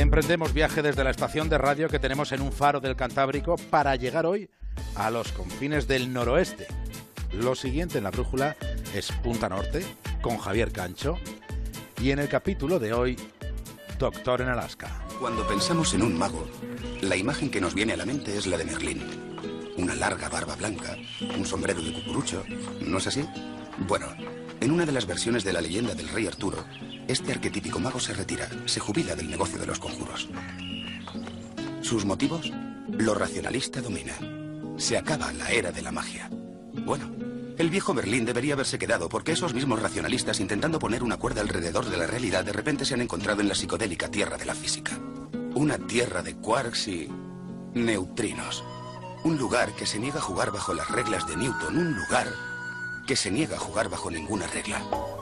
Emprendemos viaje desde la estación de radio que tenemos en un faro del Cantábrico para llegar hoy a los confines del noroeste. Lo siguiente en la brújula es Punta Norte, con Javier Cancho, y en el capítulo de hoy, Doctor en Alaska. Cuando pensamos en un mago, la imagen que nos viene a la mente es la de Merlín. Una larga barba blanca, un sombrero de cucurucho, ¿no es así? Bueno, en una de las versiones de la leyenda del rey Arturo, este arquetípico mago se retira, se jubila del negocio de los conjuros. ¿Sus motivos? Lo racionalista domina. Se acaba la era de la magia. Bueno, el viejo Merlín debería haberse quedado porque esos mismos racionalistas, intentando poner una cuerda alrededor de la realidad, de repente se han encontrado en la psicodélica tierra de la física. Una tierra de quarks y neutrinos. Un lugar que se niega a jugar bajo las reglas de Newton. Un lugar que se niega a jugar bajo ninguna regla.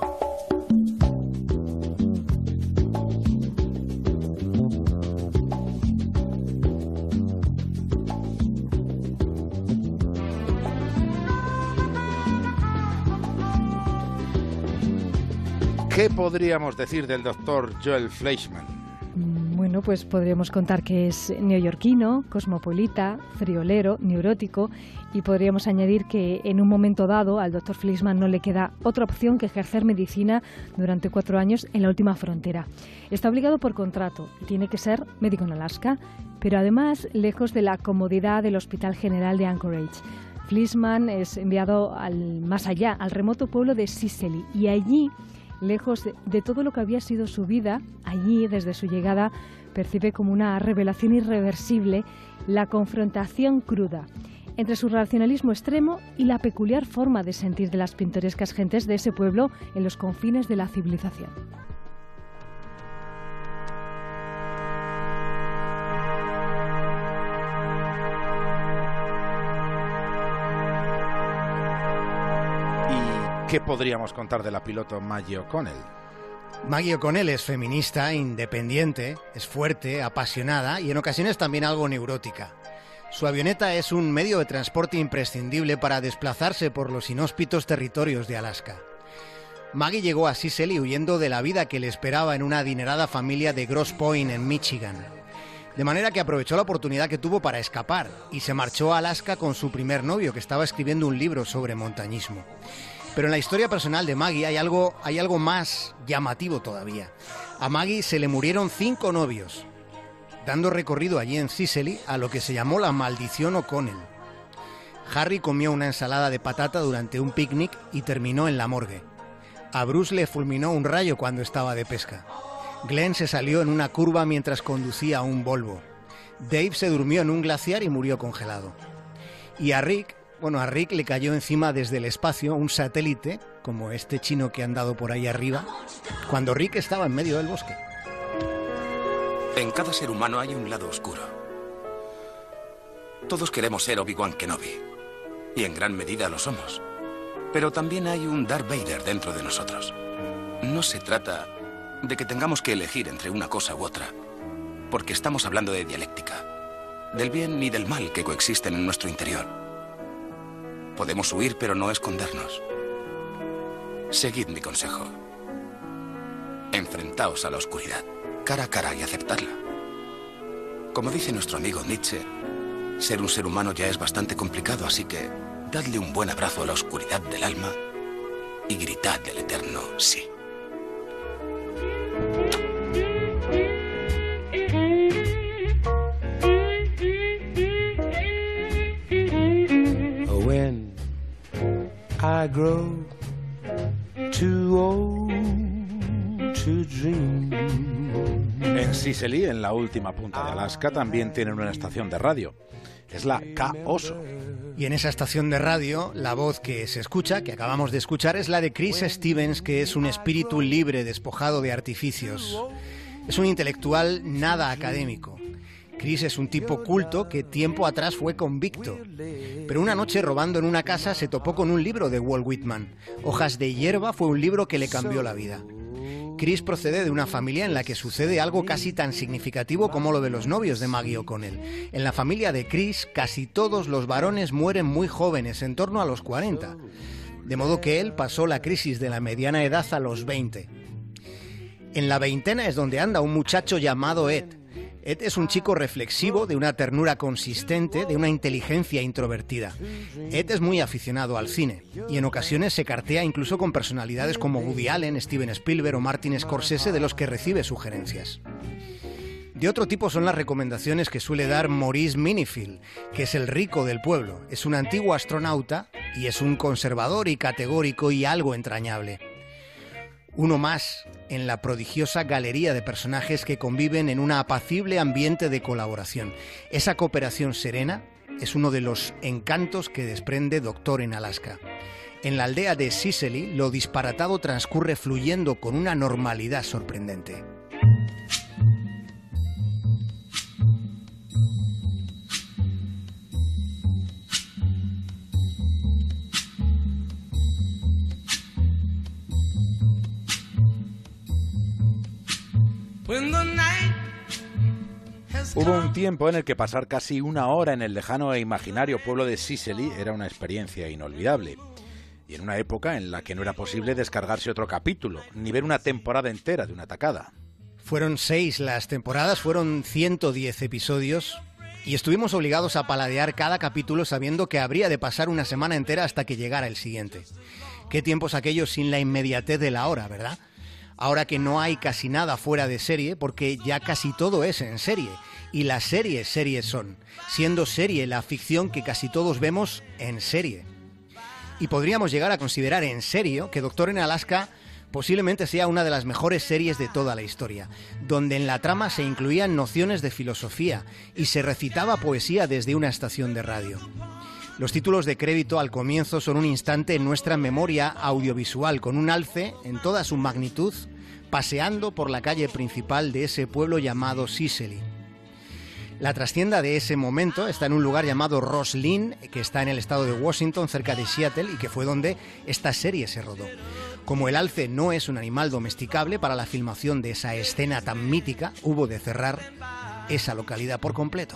¿Qué podríamos decir del doctor Joel Fleischman? Bueno, pues podríamos contar que es neoyorquino, cosmopolita, friolero, neurótico, y podríamos añadir que en un momento dado al doctor Fleischman no le queda otra opción que ejercer medicina durante 4 años en la última frontera. Está obligado por contrato y tiene que ser médico en Alaska, pero además lejos de la comodidad del Hospital General de Anchorage. Fleischman es enviado más allá, al remoto pueblo de Sicily, y allí, lejos de todo lo que había sido su vida, allí, desde su llegada, percibe como una revelación irreversible la confrontación cruda entre su racionalismo extremo y la peculiar forma de sentir de las pintorescas gentes de ese pueblo en los confines de la civilización. ¿Qué podríamos contar de la piloto Maggie O'Connell? Maggie O'Connell es feminista, independiente, es fuerte, apasionada y en ocasiones también algo neurótica. Su avioneta es un medio de transporte imprescindible para desplazarse por los inhóspitos territorios de Alaska. Maggie llegó a Sicily huyendo de la vida que le esperaba en una adinerada familia de Grosse Pointe, en Michigan. De manera que aprovechó la oportunidad que tuvo para escapar y se marchó a Alaska con su primer novio, que estaba escribiendo un libro sobre montañismo. Pero en la historia personal de Maggie hay algo más llamativo todavía. A Maggie se le murieron 5 novios, dando recorrido allí en Sicily a lo que se llamó la maldición O'Connell. Harry comió una ensalada de patata durante un picnic y terminó en la morgue. A Bruce le fulminó un rayo cuando estaba de pesca. Glenn se salió en una curva mientras conducía un Volvo. Dave se durmió en un glaciar y murió congelado. Y a Rick le cayó encima desde el espacio un satélite, como este chino que ha andado por ahí arriba, cuando Rick estaba en medio del bosque. En cada ser humano hay un lado oscuro. Todos queremos ser Obi-Wan Kenobi, y en gran medida lo somos. Pero también hay un Darth Vader dentro de nosotros. No se trata de que tengamos que elegir entre una cosa u otra, porque estamos hablando de dialéctica, del bien y del mal que coexisten en nuestro interior. Podemos huir, pero no escondernos. Seguid mi consejo. Enfrentaos a la oscuridad, cara a cara, y aceptadla. Como dice nuestro amigo Nietzsche, ser un ser humano ya es bastante complicado, así que dadle un buen abrazo a la oscuridad del alma y gritad del eterno sí. When I grow too old to dream. En Sicily, en la última punta de Alaska, también tienen una estación de radio. Es la K-Oso. Y en esa estación de radio, la voz que se escucha, que acabamos de escuchar, es la de Chris Stevens, que es un espíritu libre, despojado de artificios. Es un intelectual nada académico. Chris es un tipo culto que tiempo atrás fue convicto. Pero una noche, robando en una casa, se topó con un libro de Walt Whitman. Hojas de hierba fue un libro que le cambió la vida. Chris procede de una familia en la que sucede algo casi tan significativo como lo de los novios de Maggie O'Connell. En la familia de Chris, casi todos los varones mueren muy jóvenes, en torno a los 40. De modo que él pasó la crisis de la mediana edad a los 20. En la veintena es donde anda un muchacho llamado Ed. Ed es un chico reflexivo, de una ternura consistente, de una inteligencia introvertida. Ed es muy aficionado al cine y en ocasiones se cartea incluso con personalidades como Woody Allen, Steven Spielberg o Martin Scorsese, de los que recibe sugerencias. De otro tipo son las recomendaciones que suele dar Maurice Minifield, que es el rico del pueblo. Es un antiguo astronauta y es un conservador y categórico y algo entrañable. Uno más en la prodigiosa galería de personajes que conviven en un apacible ambiente de colaboración. Esa cooperación serena es uno de los encantos que desprende Doctor en Alaska. En la aldea de Cicely, lo disparatado transcurre fluyendo con una normalidad sorprendente. Hubo un tiempo en el que pasar casi una hora en el lejano e imaginario pueblo de Cicely era una experiencia inolvidable. Y en una época en la que no era posible descargarse otro capítulo, ni ver una temporada entera de una tacada. Fueron 6 las temporadas, fueron 110 episodios y estuvimos obligados a paladear cada capítulo sabiendo que habría de pasar una semana entera hasta que llegara el siguiente. Qué tiempos aquellos sin la inmediatez de la hora, ¿verdad? Ahora que no hay casi nada fuera de serie, porque ya casi todo es en serie. Y las series son, siendo serie la ficción que casi todos vemos en serie. Y podríamos llegar a considerar en serio que Doctor en Alaska posiblemente sea una de las mejores series de toda la historia, donde en la trama se incluían nociones de filosofía y se recitaba poesía desde una estación de radio. Los títulos de crédito al comienzo son un instante en nuestra memoria audiovisual, con un alce en toda su magnitud, paseando por la calle principal de ese pueblo llamado Cicely. La trastienda de ese momento está en un lugar llamado Roslyn, que está en el estado de Washington, cerca de Seattle, y que fue donde esta serie se rodó. Como el alce no es un animal domesticable, para la filmación de esa escena tan mítica, hubo de cerrar esa localidad por completo.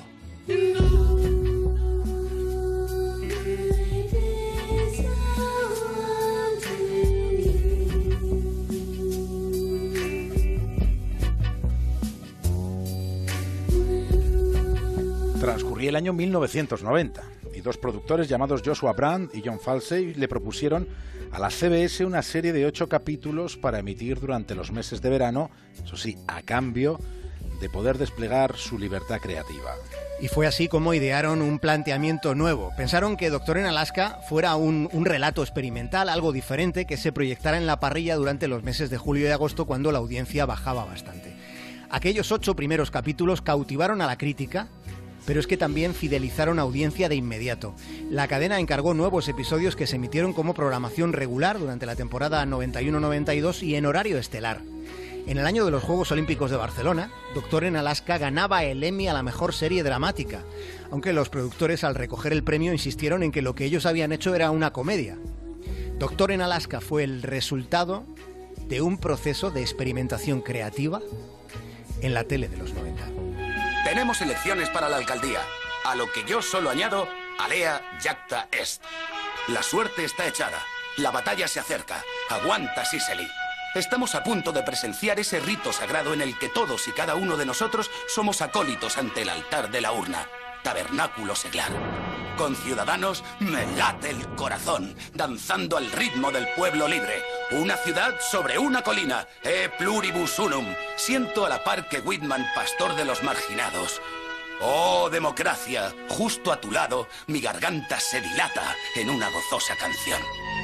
Transcurría el año 1990 y dos productores llamados Joshua Brandt y John Falsey le propusieron a la CBS una serie de 8 capítulos para emitir durante los meses de verano, eso sí, a cambio de poder desplegar su libertad creativa. Y fue así como idearon un planteamiento nuevo. Pensaron que Doctor en Alaska fuera un relato experimental, algo diferente, que se proyectara en la parrilla durante los meses de julio y agosto, cuando la audiencia bajaba bastante. Aquellos 8 primeros capítulos cautivaron a la crítica, pero es que también fidelizaron a audiencia de inmediato. La cadena encargó nuevos episodios que se emitieron como programación regular durante la temporada 91-92 y en horario estelar. En el año de los Juegos Olímpicos de Barcelona, Doctor en Alaska ganaba el Emmy a la mejor serie dramática, aunque los productores al recoger el premio insistieron en que lo que ellos habían hecho era una comedia. Doctor en Alaska fue el resultado de un proceso de experimentación creativa en la tele de los 90. Tenemos elecciones para la alcaldía, a lo que yo solo añado Alea Jacta Est. La suerte está echada, la batalla se acerca, aguanta Cicely. Estamos a punto de presenciar ese rito sagrado en el que todos y cada uno de nosotros somos acólitos ante el altar de la urna, tabernáculo seglar. Conciudadanos, me late el corazón, danzando al ritmo del pueblo libre. Una ciudad sobre una colina, e pluribus unum. Siento a la par que Whitman, pastor de los marginados. Oh, democracia, justo a tu lado, mi garganta se dilata en una gozosa canción.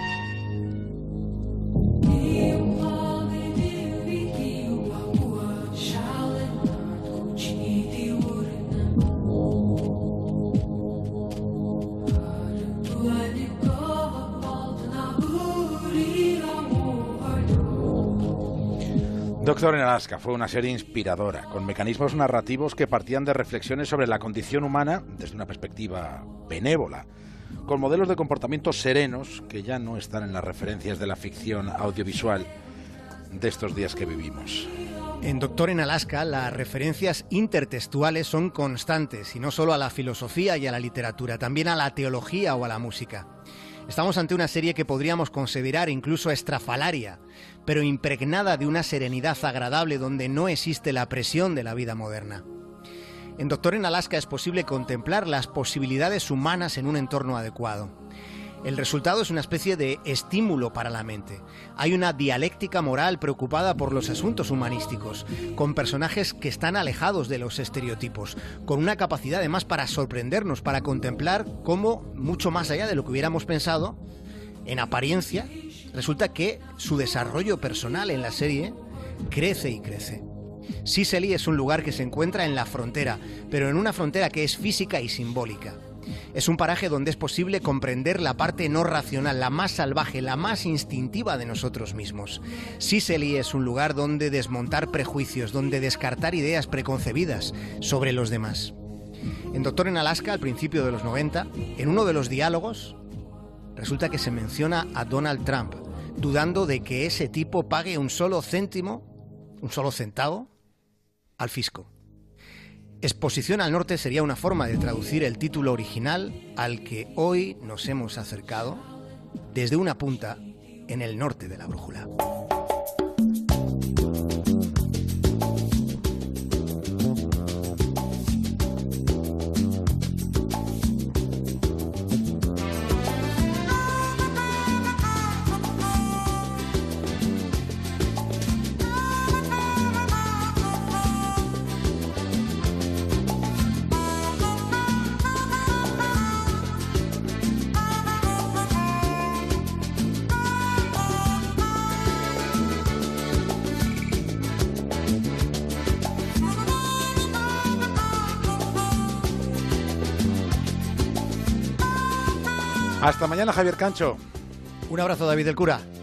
Doctor en Alaska fue una serie inspiradora, con mecanismos narrativos que partían de reflexiones sobre la condición humana desde una perspectiva benévola, con modelos de comportamiento serenos que ya no están en las referencias de la ficción audiovisual de estos días que vivimos. En Doctor en Alaska, las referencias intertextuales son constantes, y no solo a la filosofía y a la literatura, también a la teología o a la música. Estamos ante una serie que podríamos considerar incluso estrafalaria, pero impregnada de una serenidad agradable donde no existe la presión de la vida moderna. En Doctor en Alaska es posible contemplar las posibilidades humanas en un entorno adecuado. El resultado es una especie de estímulo para la mente. Hay una dialéctica moral preocupada por los asuntos humanísticos, con personajes que están alejados de los estereotipos, con una capacidad además para sorprendernos, para contemplar cómo, mucho más allá de lo que hubiéramos pensado, en apariencia, resulta que su desarrollo personal en la serie crece y crece. Sicily es un lugar que se encuentra en la frontera, pero en una frontera que es física y simbólica. Es un paraje donde es posible comprender la parte no racional, la más salvaje, la más instintiva de nosotros mismos. Sicily es un lugar donde desmontar prejuicios, donde descartar ideas preconcebidas sobre los demás. En Doctor en Alaska, al principio de los 90, en uno de los diálogos, resulta que se menciona a Donald Trump, dudando de que ese tipo pague un solo centavo al fisco. Exposición al Norte sería una forma de traducir el título original al que hoy nos hemos acercado desde una punta en el norte de la brújula. Hasta mañana, Javier Cancho. Un abrazo, David del Cura.